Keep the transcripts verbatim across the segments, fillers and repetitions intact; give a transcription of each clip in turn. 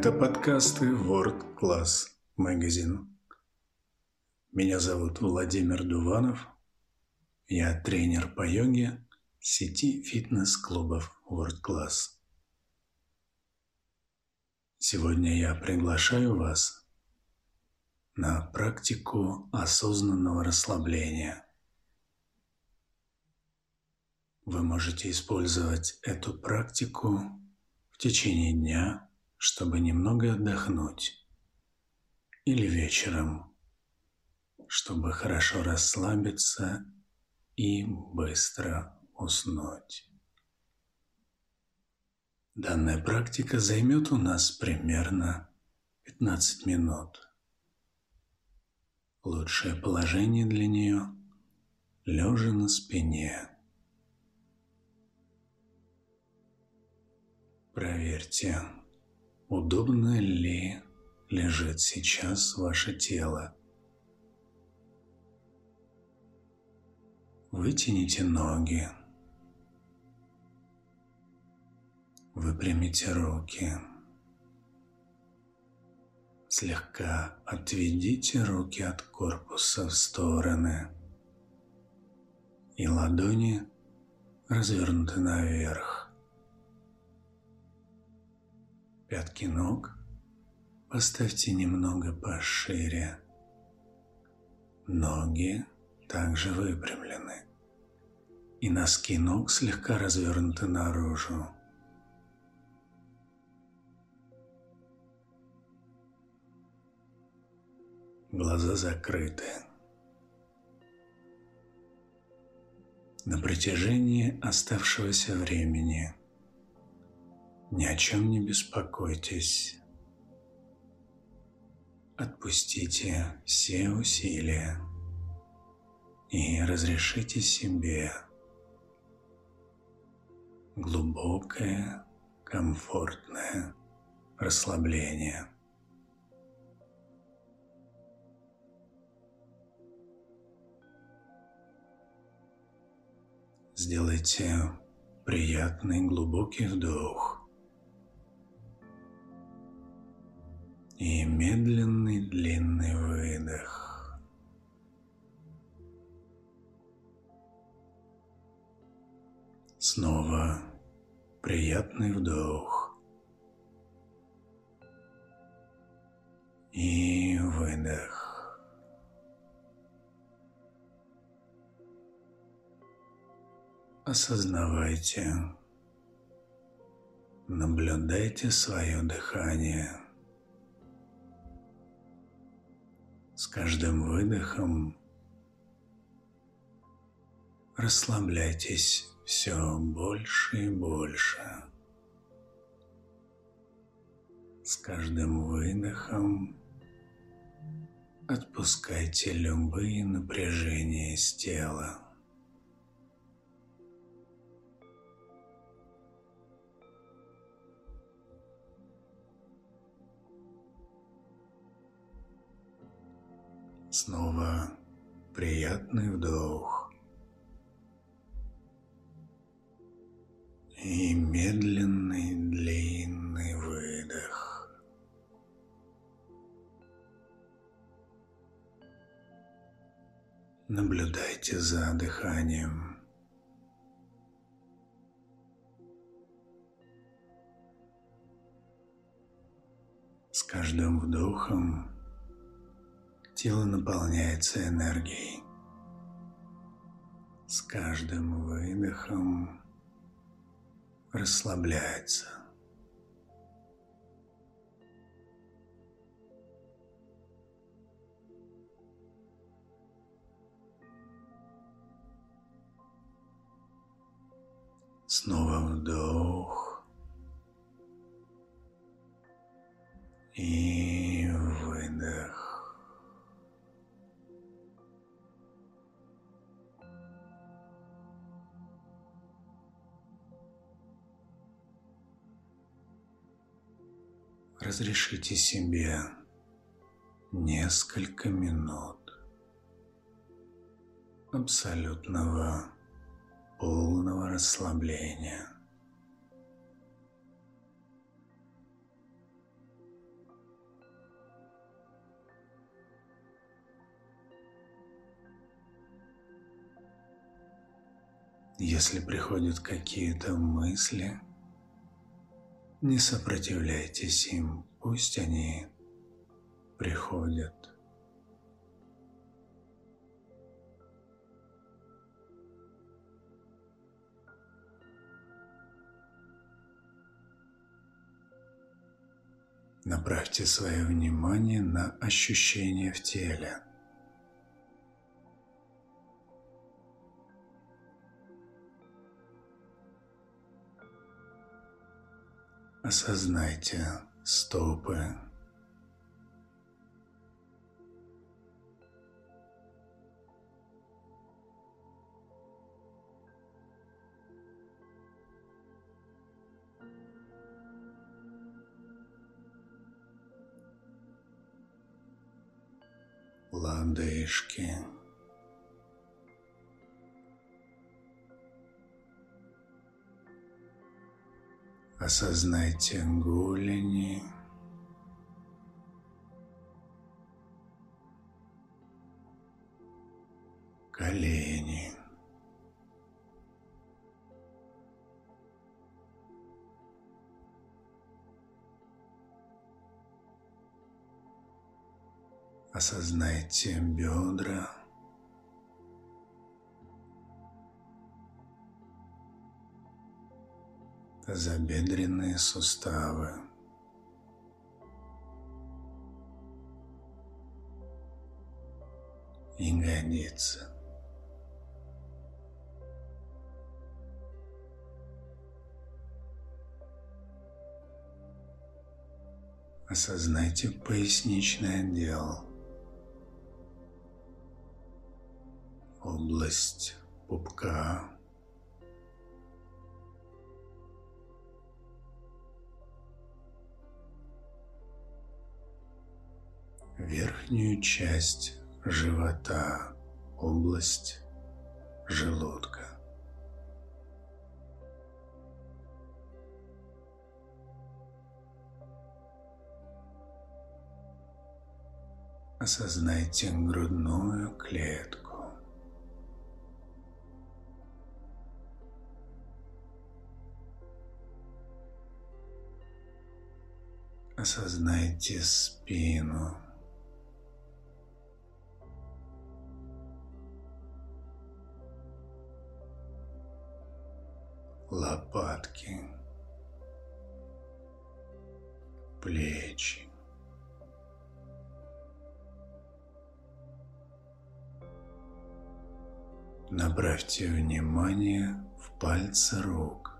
Это подкасты World Class Magazine. Меня зовут Владимир Дуванов. Я тренер по йоге сети фитнес-клубов World Class. Сегодня я приглашаю вас на практику осознанного расслабления. Вы можете использовать эту практику в течение дня, чтобы немного отдохнуть, или вечером, чтобы хорошо расслабиться и быстро уснуть. Данная практика займет у нас примерно пятнадцать минут. Лучшее положение для нее – лежа на спине. Проверьте, удобно ли лежит сейчас ваше тело. Вытяните ноги, выпрямите руки, слегка отведите руки от корпуса в стороны, и ладони развернуты наверх. Пятки ног поставьте немного пошире. Ноги также выпрямлены, и носки ног слегка развернуты наружу. Глаза закрыты. На протяжении оставшегося времени ни о чем не беспокойтесь. Отпустите все усилия и разрешите себе глубокое, комфортное расслабление. Сделайте приятный глубокий вдох и медленный длинный выдох. Снова приятный вдох и выдох. Осознавайте, наблюдайте свое дыхание. С каждым выдохом расслабляйтесь все больше и больше. С каждым выдохом отпускайте любые напряжения из тела. Снова приятный вдох и медленный длинный выдох. Наблюдайте за дыханием. С каждым вдохом тело наполняется энергией. С каждым выдохом расслабляется. Снова вдох и выдох. Разрешите себе несколько минут абсолютного полного расслабления. Если приходят какие-то мысли, не сопротивляйтесь им, пусть они приходят. Направьте свое внимание на ощущения в теле. Осознайте стопы, лодыжки, осознайте голени, колени, осознайте бедра, тазобедренные суставы, ягодицы. Осознайте поясничный отдел, область пупка, верхнюю часть живота, область желудка. Осознайте грудную клетку. Осознайте спину. Лопатки, плечи. Направьте внимание в пальцы рук.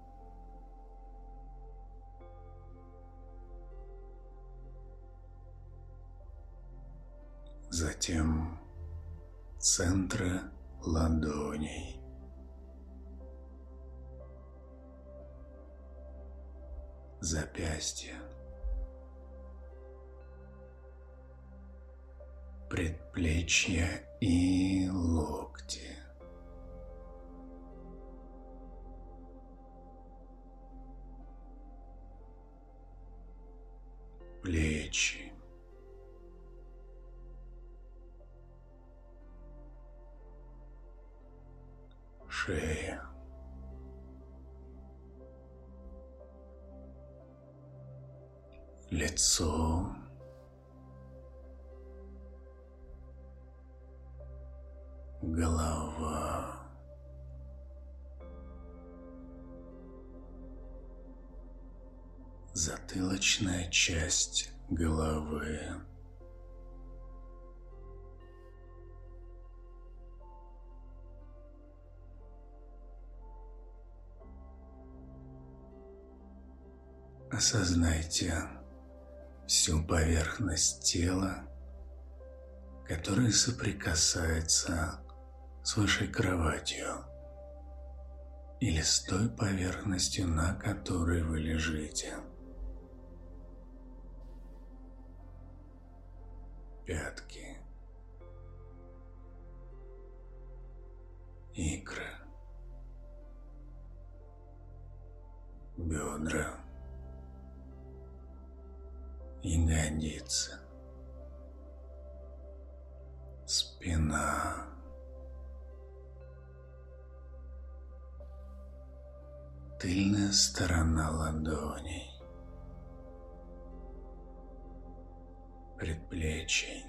Затем центры ладоней. Запястья. Предплечья и локти. Плечи. Шея. Лицо. Голова. Затылочная часть головы. Осознайте всю поверхность тела, которая соприкасается с вашей кроватью или с той поверхностью, на которой вы лежите. Пятки, икры, бедра, ягодицы, спина, тыльная сторона ладоней, предплечий,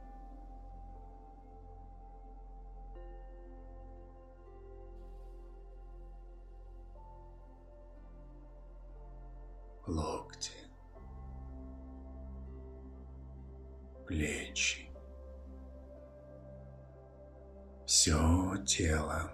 локти, плечи, все тело.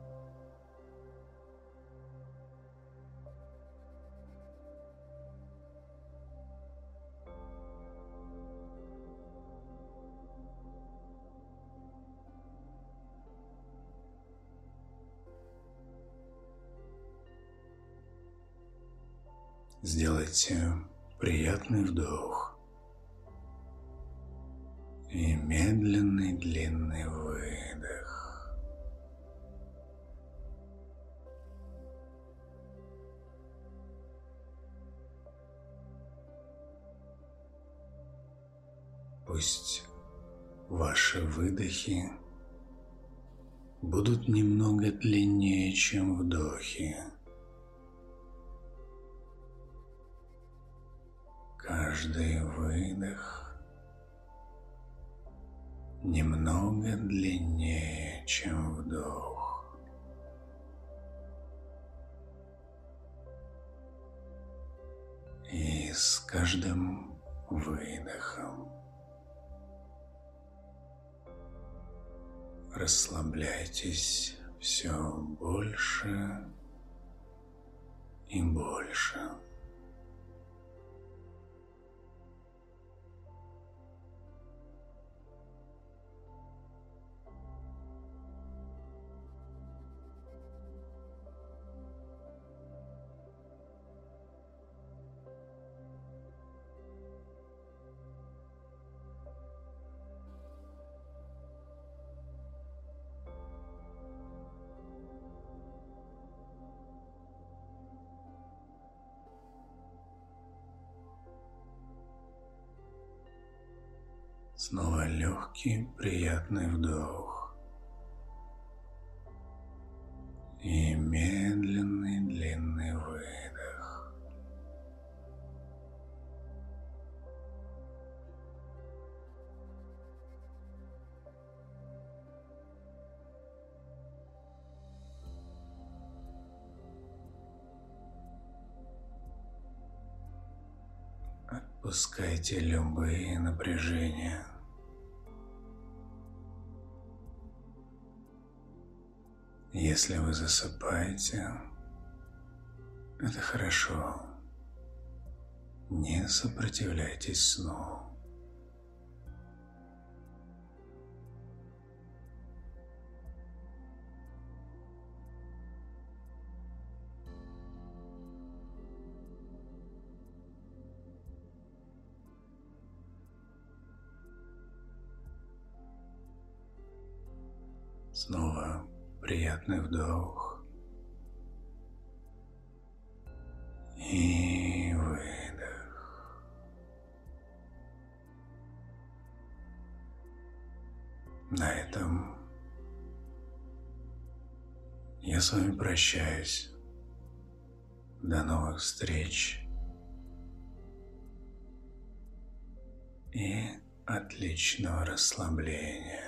Сделайте приятный вдох и медленный длинный выдох. Пусть ваши выдохи будут немного длиннее, чем вдохи. Каждый выдох немного длиннее, чем вдох. И с каждым выдохом расслабляйтесь все больше и больше. Снова легкий, приятный вдох и медленный, длинный выдох. Отпускайте любые напряжения. Если вы засыпаете, это хорошо. Не сопротивляйтесь сну. Снова приятный вдох и выдох. На этом я с вами прощаюсь. До новых встреч и отличного расслабления.